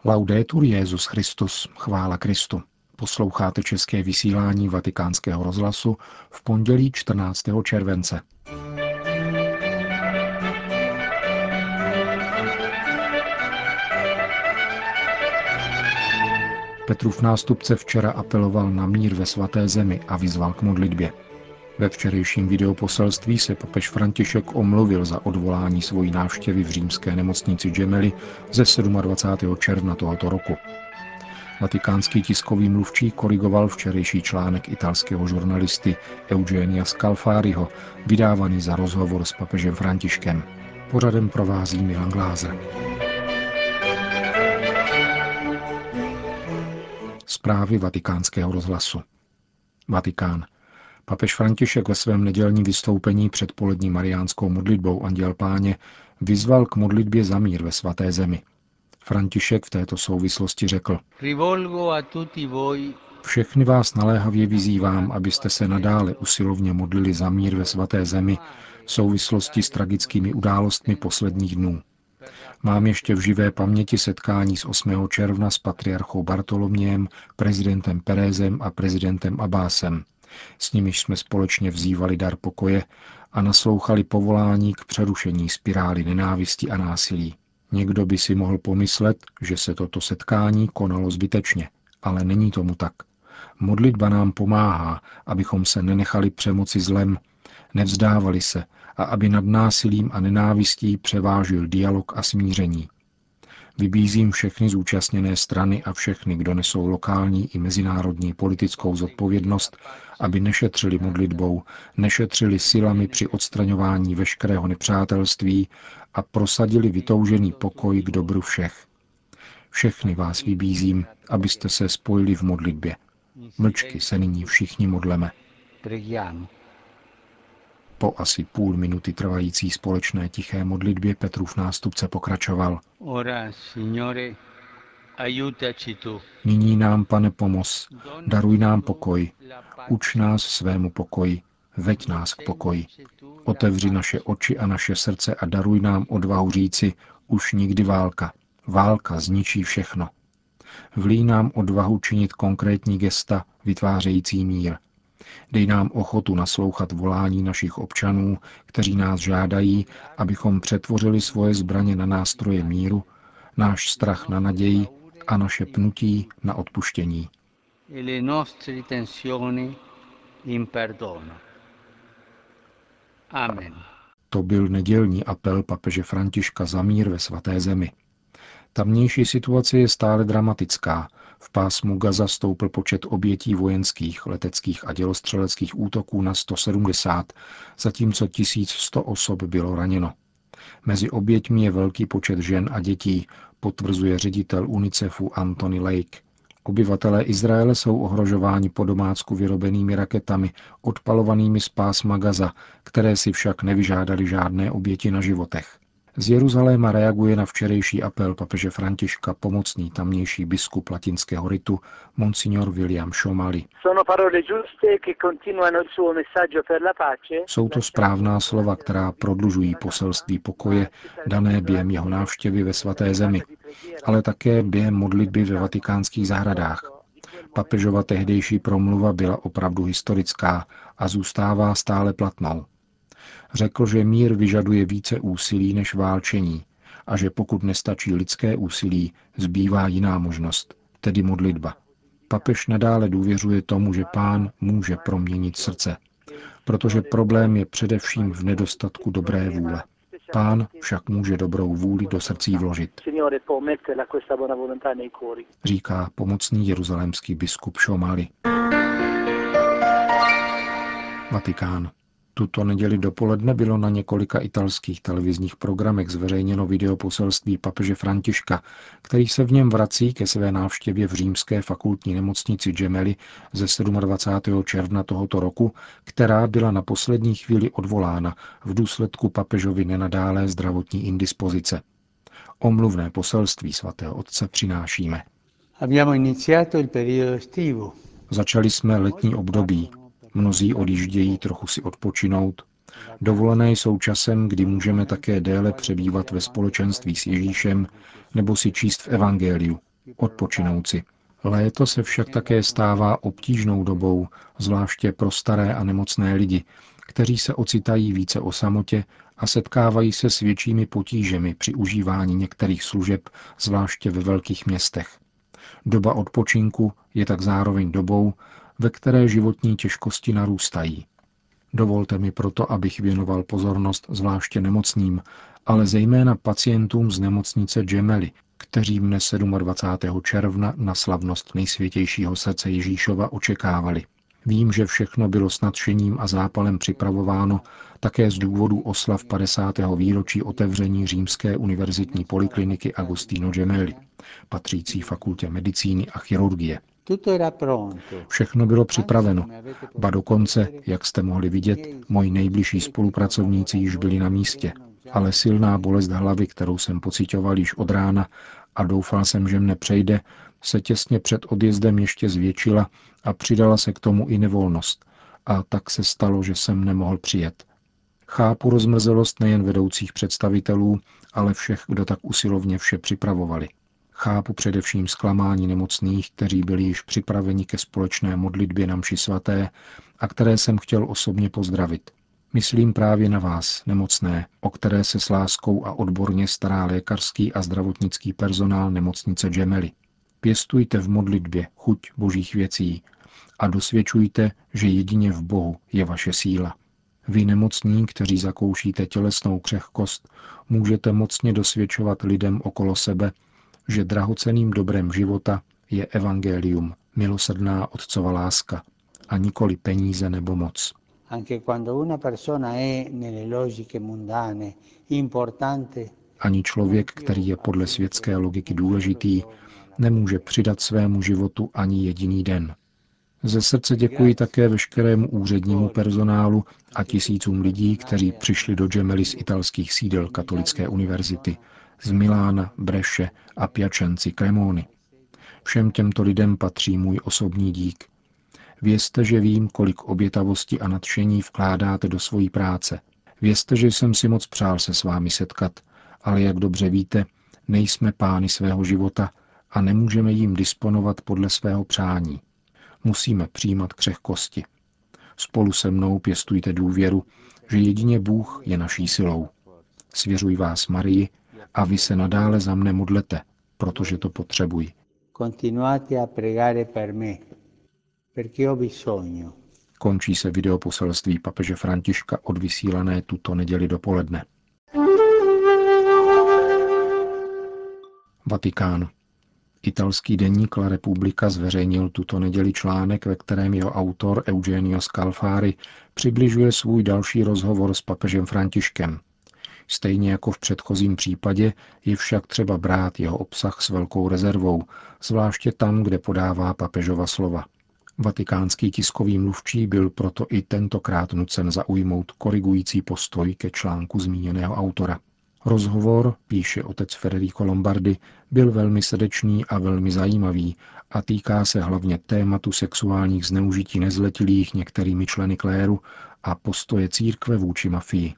Laudetur Jesus Christus, chvála Kristu. Posloucháte české vysílání Vatikánského rozhlasu v pondělí 14. července. Petrův nástupce včera apeloval na mír ve svaté zemi a vyzval k modlitbě. Ve včerejším videoposelství se papež František omluvil za odvolání svojí návštěvy v římské nemocnici Gemelli ze 27. června tohoto roku. Vatikánský tiskový mluvčí korigoval včerejší článek italského žurnalisty Eugenia Scalfariho, vydávaný za rozhovor s papežem Františkem. Pořadem provází Milan Glázer. Zprávy Vatikánského rozhlasu. Vatikán. Papež František ve svém nedělním vystoupení před polední mariánskou modlitbou Anděl Páně vyzval k modlitbě za mír ve svaté zemi. František v této souvislosti řekl: Všechny vás naléhavě vyzývám, abyste se nadále usilovně modlili za mír ve svaté zemi v souvislosti s tragickými událostmi posledních dnů. Mám ještě v živé paměti setkání z 8. června s patriarchou Bartolomějem, prezidentem Pérezem a prezidentem Abbásem. S nimiž jsme společně vzývali dar pokoje a naslouchali povolání k přerušení spirály nenávisti a násilí. Někdo by si mohl pomyslet, že se toto setkání konalo zbytečně, ale není tomu tak. Modlitba nám pomáhá, abychom se nenechali přemoci zlem, nevzdávali se a aby nad násilím a nenávistí převážil dialog a smíření. Vybízím všechny zúčastněné strany a všechny, kdo nesou lokální i mezinárodní politickou zodpovědnost, aby nešetřili modlitbou, nešetřili silami při odstraňování veškerého nepřátelství a prosadili vytoužený pokoj k dobru všech. Všechny vás vybízím, abyste se spojili v modlitbě. Mlčky se nyní všichni modleme. Po asi půl minuty trvající společné tiché modlitbě Petrův nástupce pokračoval. Nyní nám, Pane, pomoz, daruj nám pokoj, uč nás svému pokoji, veď nás k pokoji. Otevři naše oči a naše srdce a daruj nám odvahu říci, už nikdy válka. Válka zničí všechno. Vlij nám odvahu činit konkrétní gesta, vytvářející mír. Dej nám ochotu naslouchat volání našich občanů, kteří nás žádají, abychom přetvořili svoje zbraně na nástroje míru, náš strach na naději a naše pnutí na odpuštění. Amen. To byl nedělní apel papeže Františka za mír ve svaté zemi. Tamnější situace je stále dramatická. V pásmu Gaza stoupl počet obětí vojenských, leteckých a dělostřeleckých útoků na 170, zatímco 1100 osob bylo raněno. Mezi oběťmi je velký počet žen a dětí, potvrzuje ředitel UNICEFu Anthony Lake. Obyvatelé Izraele jsou ohrožováni po domácku vyrobenými raketami, odpalovanými z pásma Gaza, které si však nevyžádali žádné oběti na životech. Z Jeruzaléma reaguje na včerejší apel papeže Františka pomocný tamnější biskup latinského ritu Monsignor William Szomali. Jsou to správná slova, která prodlužují poselství pokoje dané během jeho návštěvy ve svaté zemi, ale také během modlitby ve vatikánských zahradách. Papežova tehdejší promluva byla opravdu historická a zůstává stále platnou. Řekl, že mír vyžaduje více úsilí než válčení a že pokud nestačí lidské úsilí, zbývá jiná možnost, tedy modlitba. Papež nadále důvěřuje tomu, že Pán může proměnit srdce, protože problém je především v nedostatku dobré vůle. Pán však může dobrou vůli do srdcí vložit, říká pomocný jeruzalémský biskup Szomali. Vatikán. Tuto neděli dopoledne bylo na několika italských televizních programech zveřejněno videoposelství papeže Františka, který se v něm vrací ke své návštěvě v římské fakultní nemocnici Gemelli ze 27. června tohoto roku, která byla na poslední chvíli odvolána v důsledku papežovy nenadálé zdravotní indispozice. Omluvné poselství svatého otce přinášíme. Začali jsme letní období. Mnozí odjíždějí trochu si odpočinout. Dovolené jsou časem, kdy můžeme také déle přebývat ve společenství s Ježíšem nebo si číst v evangeliu. odpočinout si. Léto se však také stává obtížnou dobou, zvláště pro staré a nemocné lidi, kteří se ocitají více o samotě a setkávají se s většími potížemi při užívání některých služeb, zvláště ve velkých městech. Doba odpočinku je tak zároveň dobou, ve které životní těžkosti narůstají. Dovolte mi proto, abych věnoval pozornost zvláště nemocným, ale zejména pacientům z nemocnice Gemelli, kteří mne 27. června na slavnost Nejsvětějšího srdce Ježíšova očekávali. Vím, že všechno bylo s nadšením a zápalem připravováno také z důvodu oslav 50. výročí otevření Římské univerzitní polikliniky Agostino Gemelli, patřící fakultě medicíny a chirurgie. Všechno bylo připraveno, ba dokonce, jak jste mohli vidět, moji nejbližší spolupracovníci již byli na místě, ale silná bolest hlavy, kterou jsem pociťoval již od rána a doufal jsem, že mne přejde, se těsně před odjezdem ještě zvětšila a přidala se k tomu i nevolnost. A tak se stalo, že jsem nemohl přijet. Chápu rozmrzelost nejen vedoucích představitelů, ale všech, kdo tak usilovně vše připravovali. Chápu především zklamání nemocných, kteří byli již připraveni ke společné modlitbě na mši svaté a které jsem chtěl osobně pozdravit. Myslím právě na vás, nemocné, o které se s láskou a odborně stará lékařský a zdravotnický personál nemocnice Gemelli. Pěstujte v modlitbě chuť božích věcí a dosvědčujte, že jedině v Bohu je vaše síla. Vy nemocní, kteří zakoušíte tělesnou křehkost, můžete mocně dosvědčovat lidem okolo sebe, že drahocenným dobrem života je evangelium, milosrdná otcova láska, a nikoli peníze nebo moc. Ani člověk, který je podle světské logiky důležitý, nemůže přidat svému životu ani jediný den. Ze srdce děkuji také veškerému úřednímu personálu a tisícům lidí, kteří přišli do Gemelli z italských sídel Katolické univerzity, z Milána, Breše a Piacenzi, Cremony. Všem těmto lidem patří můj osobní dík. Vězte, že vím, kolik obětavosti a nadšení vkládáte do svojí práce. Vězte, že jsem si moc přál se s vámi setkat, ale jak dobře víte, nejsme pány svého života a nemůžeme jim disponovat podle svého přání. Musíme přijímat křehkosti. Spolu se mnou pěstujte důvěru, že jedině Bůh je naší silou. Svěřuji vás Marii a vy se nadále za mne modlete, protože to potřebuji. Končí se videoposelství papeže Františka odvysílané tuto neděli dopoledne. Vatikán. Italský deník La Repubblica zveřejnil tuto neděli článek, ve kterém jeho autor Eugenio Scalfari přibližuje svůj další rozhovor s papežem Františkem. Stejně jako v předchozím případě je však třeba brát jeho obsah s velkou rezervou, zvláště tam, kde podává papežova slova. Vatikánský tiskový mluvčí byl proto i tentokrát nucen zaujmout korigující postoj ke článku zmíněného autora. Rozhovor, píše otec Federico Lombardi, byl velmi srdečný a velmi zajímavý a týká se hlavně tématu sexuálních zneužití nezletilých některými členy kléru a postoje církve vůči mafii.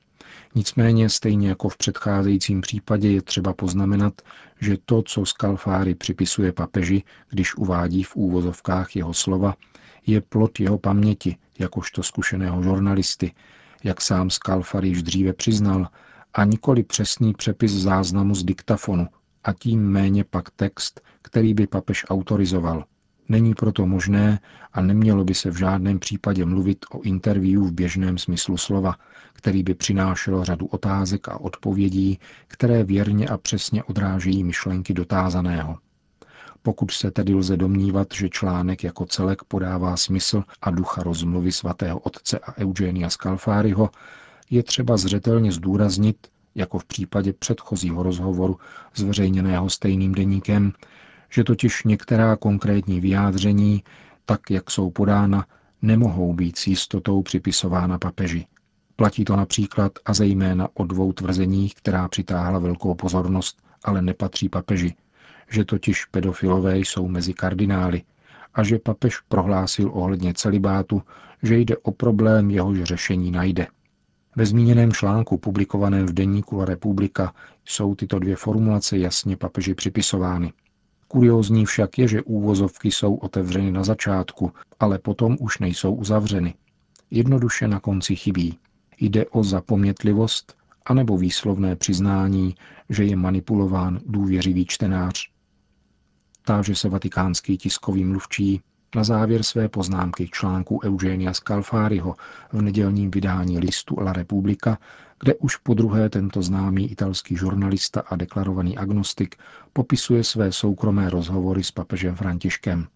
Nicméně, stejně jako v předcházejícím případě, je třeba poznamenat, že to, co Scalfari připisuje papeži, když uvádí v úvozovkách jeho slova, je plod jeho paměti, jakožto zkušeného žurnalisty, jak sám Scalfari již dříve přiznal, a nikoli přesný přepis záznamu z diktafonu, a tím méně pak text, který by papež autorizoval. Není proto možné a nemělo by se v žádném případě mluvit o interview v běžném smyslu slova, který by přinášel řadu otázek a odpovědí, které věrně a přesně odrážejí myšlenky dotázaného. Pokud se tedy lze domnívat, že článek jako celek podává smysl a ducha rozmluvy svatého otce a Eugenia Scalfariho, je třeba zřetelně zdůraznit, jako v případě předchozího rozhovoru zveřejněného stejným deníkem, že totiž některá konkrétní vyjádření, tak jak jsou podána, nemohou být s jistotou připisována papeži. Platí to například a zejména o dvou tvrzeních, která přitáhla velkou pozornost, ale nepatří papeži, že totiž pedofilové jsou mezi kardinály a že papež prohlásil ohledně celibátu, že jde o problém, jehož řešení najde. Ve zmíněném článku publikovaném v deníku La Repubblica jsou tyto dvě formulace jasně papeži připisovány. Kuriózní však je, že úvozovky jsou otevřeny na začátku, ale potom už nejsou uzavřeny. Jednoduše na konci chybí. Jde o zapomnětlivost anebo výslovné přiznání, že je manipulován důvěřivý čtenář. Táže se vatikánský tiskový mluvčí na závěr své poznámky k článku Eugenia Scalfariho v nedělním vydání listu La Repubblica, kde už podruhé tento známý italský žurnalista a deklarovaný agnostik popisuje své soukromé rozhovory s papežem Františkem.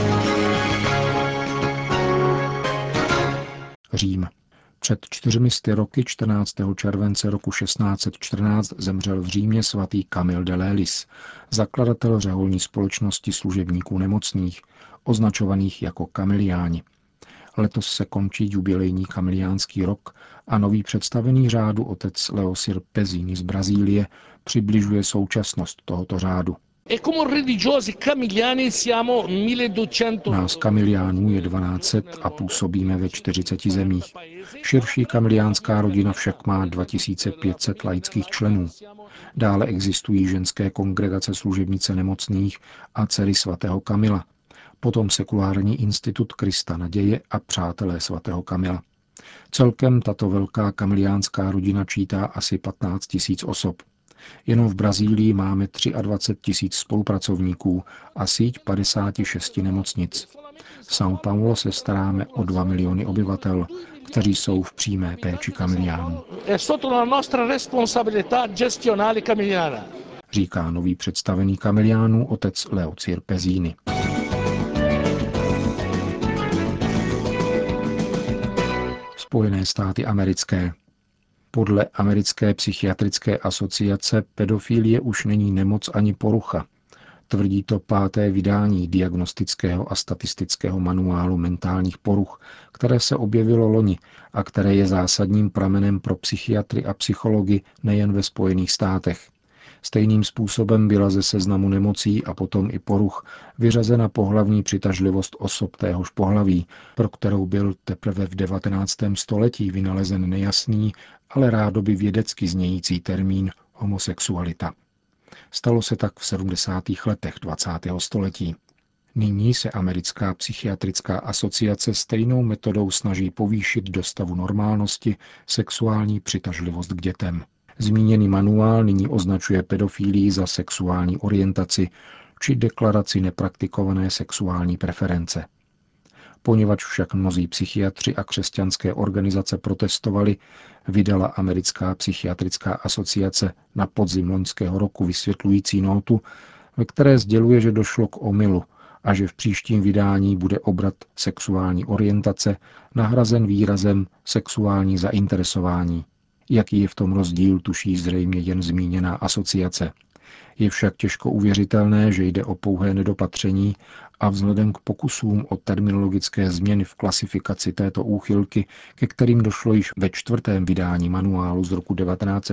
Řím. Před 400 roky 14. července roku 1614 zemřel v Římě svatý Camille de Lelis, zakladatel řeholní společnosti služebníků nemocných, označovaných jako kamiliáni. Letos se končí jubilejní kamiliánský rok a nový představený řádu otec Leosir Pezzini z Brazílie přibližuje současnost tohoto řádu. Nás kamiliánů je 1200 a působíme ve 40 zemích. Širší kamiliánská rodina však má 2500 laických členů. Dále existují ženské kongregace služebnice nemocných a dcery svatého Kamila, potom sekulární institut Krista naděje a přátelé svatého Kamila. Celkem tato velká kamiliánská rodina čítá asi 15 000 osob. Jenom v Brazílii máme 23 000 spolupracovníků a síť 56 nemocnic. V São Paulo se staráme o 2 miliony obyvatel, kteří jsou v přímé péči kamiliánů. Říká nový představený kamiliánů otec Leosir Pezzini. Spojené státy americké. Podle Americké psychiatrické asociace pedofilie už není nemoc ani porucha. Tvrdí to 5. vydání diagnostického a statistického manuálu mentálních poruch, které se objevilo loni a které je zásadním pramenem pro psychiatry a psychology nejen ve Spojených státech. Stejným způsobem byla ze seznamu nemocí a potom i poruch vyřazena pohlavní přitažlivost osob téhož pohlaví, pro kterou byl teprve v 19. století vynalezen nejasný, ale rádoby vědecky znějící termín homosexualita. Stalo se tak v 70. letech 20. století. Nyní se Americká psychiatrická asociace stejnou metodou snaží povýšit do stavu normálnosti sexuální přitažlivost k dětem. Zmíněný manuál nyní označuje pedofilii za sexuální orientaci či deklaraci nepraktikované sexuální preference. Poněvadž však mnozí psychiatři a křesťanské organizace protestovali, vydala Americká psychiatrická asociace na podzim loňského roku vysvětlující nótu, ve které sděluje, že došlo k omylu a že v příštím vydání bude obrat sexuální orientace nahrazen výrazem sexuální zainteresování. Jaký je v tom rozdíl, tuší zřejmě jen zmíněná asociace. Je však těžko uvěřitelné, že jde o pouhé nedopatření a vzhledem k pokusům o terminologické změny v klasifikaci této úchylky, ke kterým došlo již ve 4. vydání manuálu z roku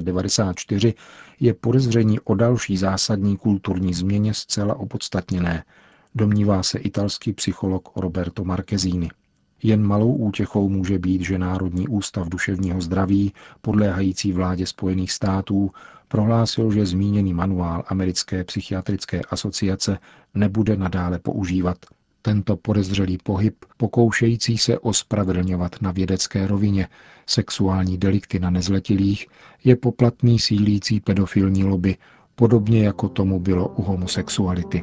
1994, je podezření o další zásadní kulturní změně zcela opodstatněné, domnívá se italský psycholog Roberto Marchesini. Jen malou útěchou může být, že Národní ústav duševního zdraví, podléhající vládě Spojených států, prohlásil, že zmíněný manuál Americké psychiatrické asociace nebude nadále používat. Tento podezřelý pohyb, pokoušející se ospravedlňovat na vědecké rovině sexuální delikty na nezletilých, je poplatný sílící pedofilní lobby, podobně jako tomu bylo u homosexuality.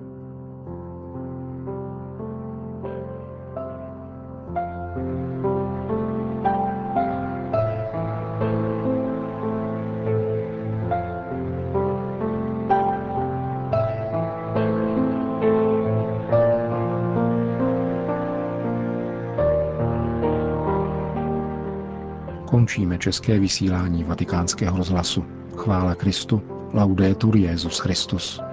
Končíme české vysílání Vatikánského rozhlasu. Chvála Kristu, laudetur Jesus Christus.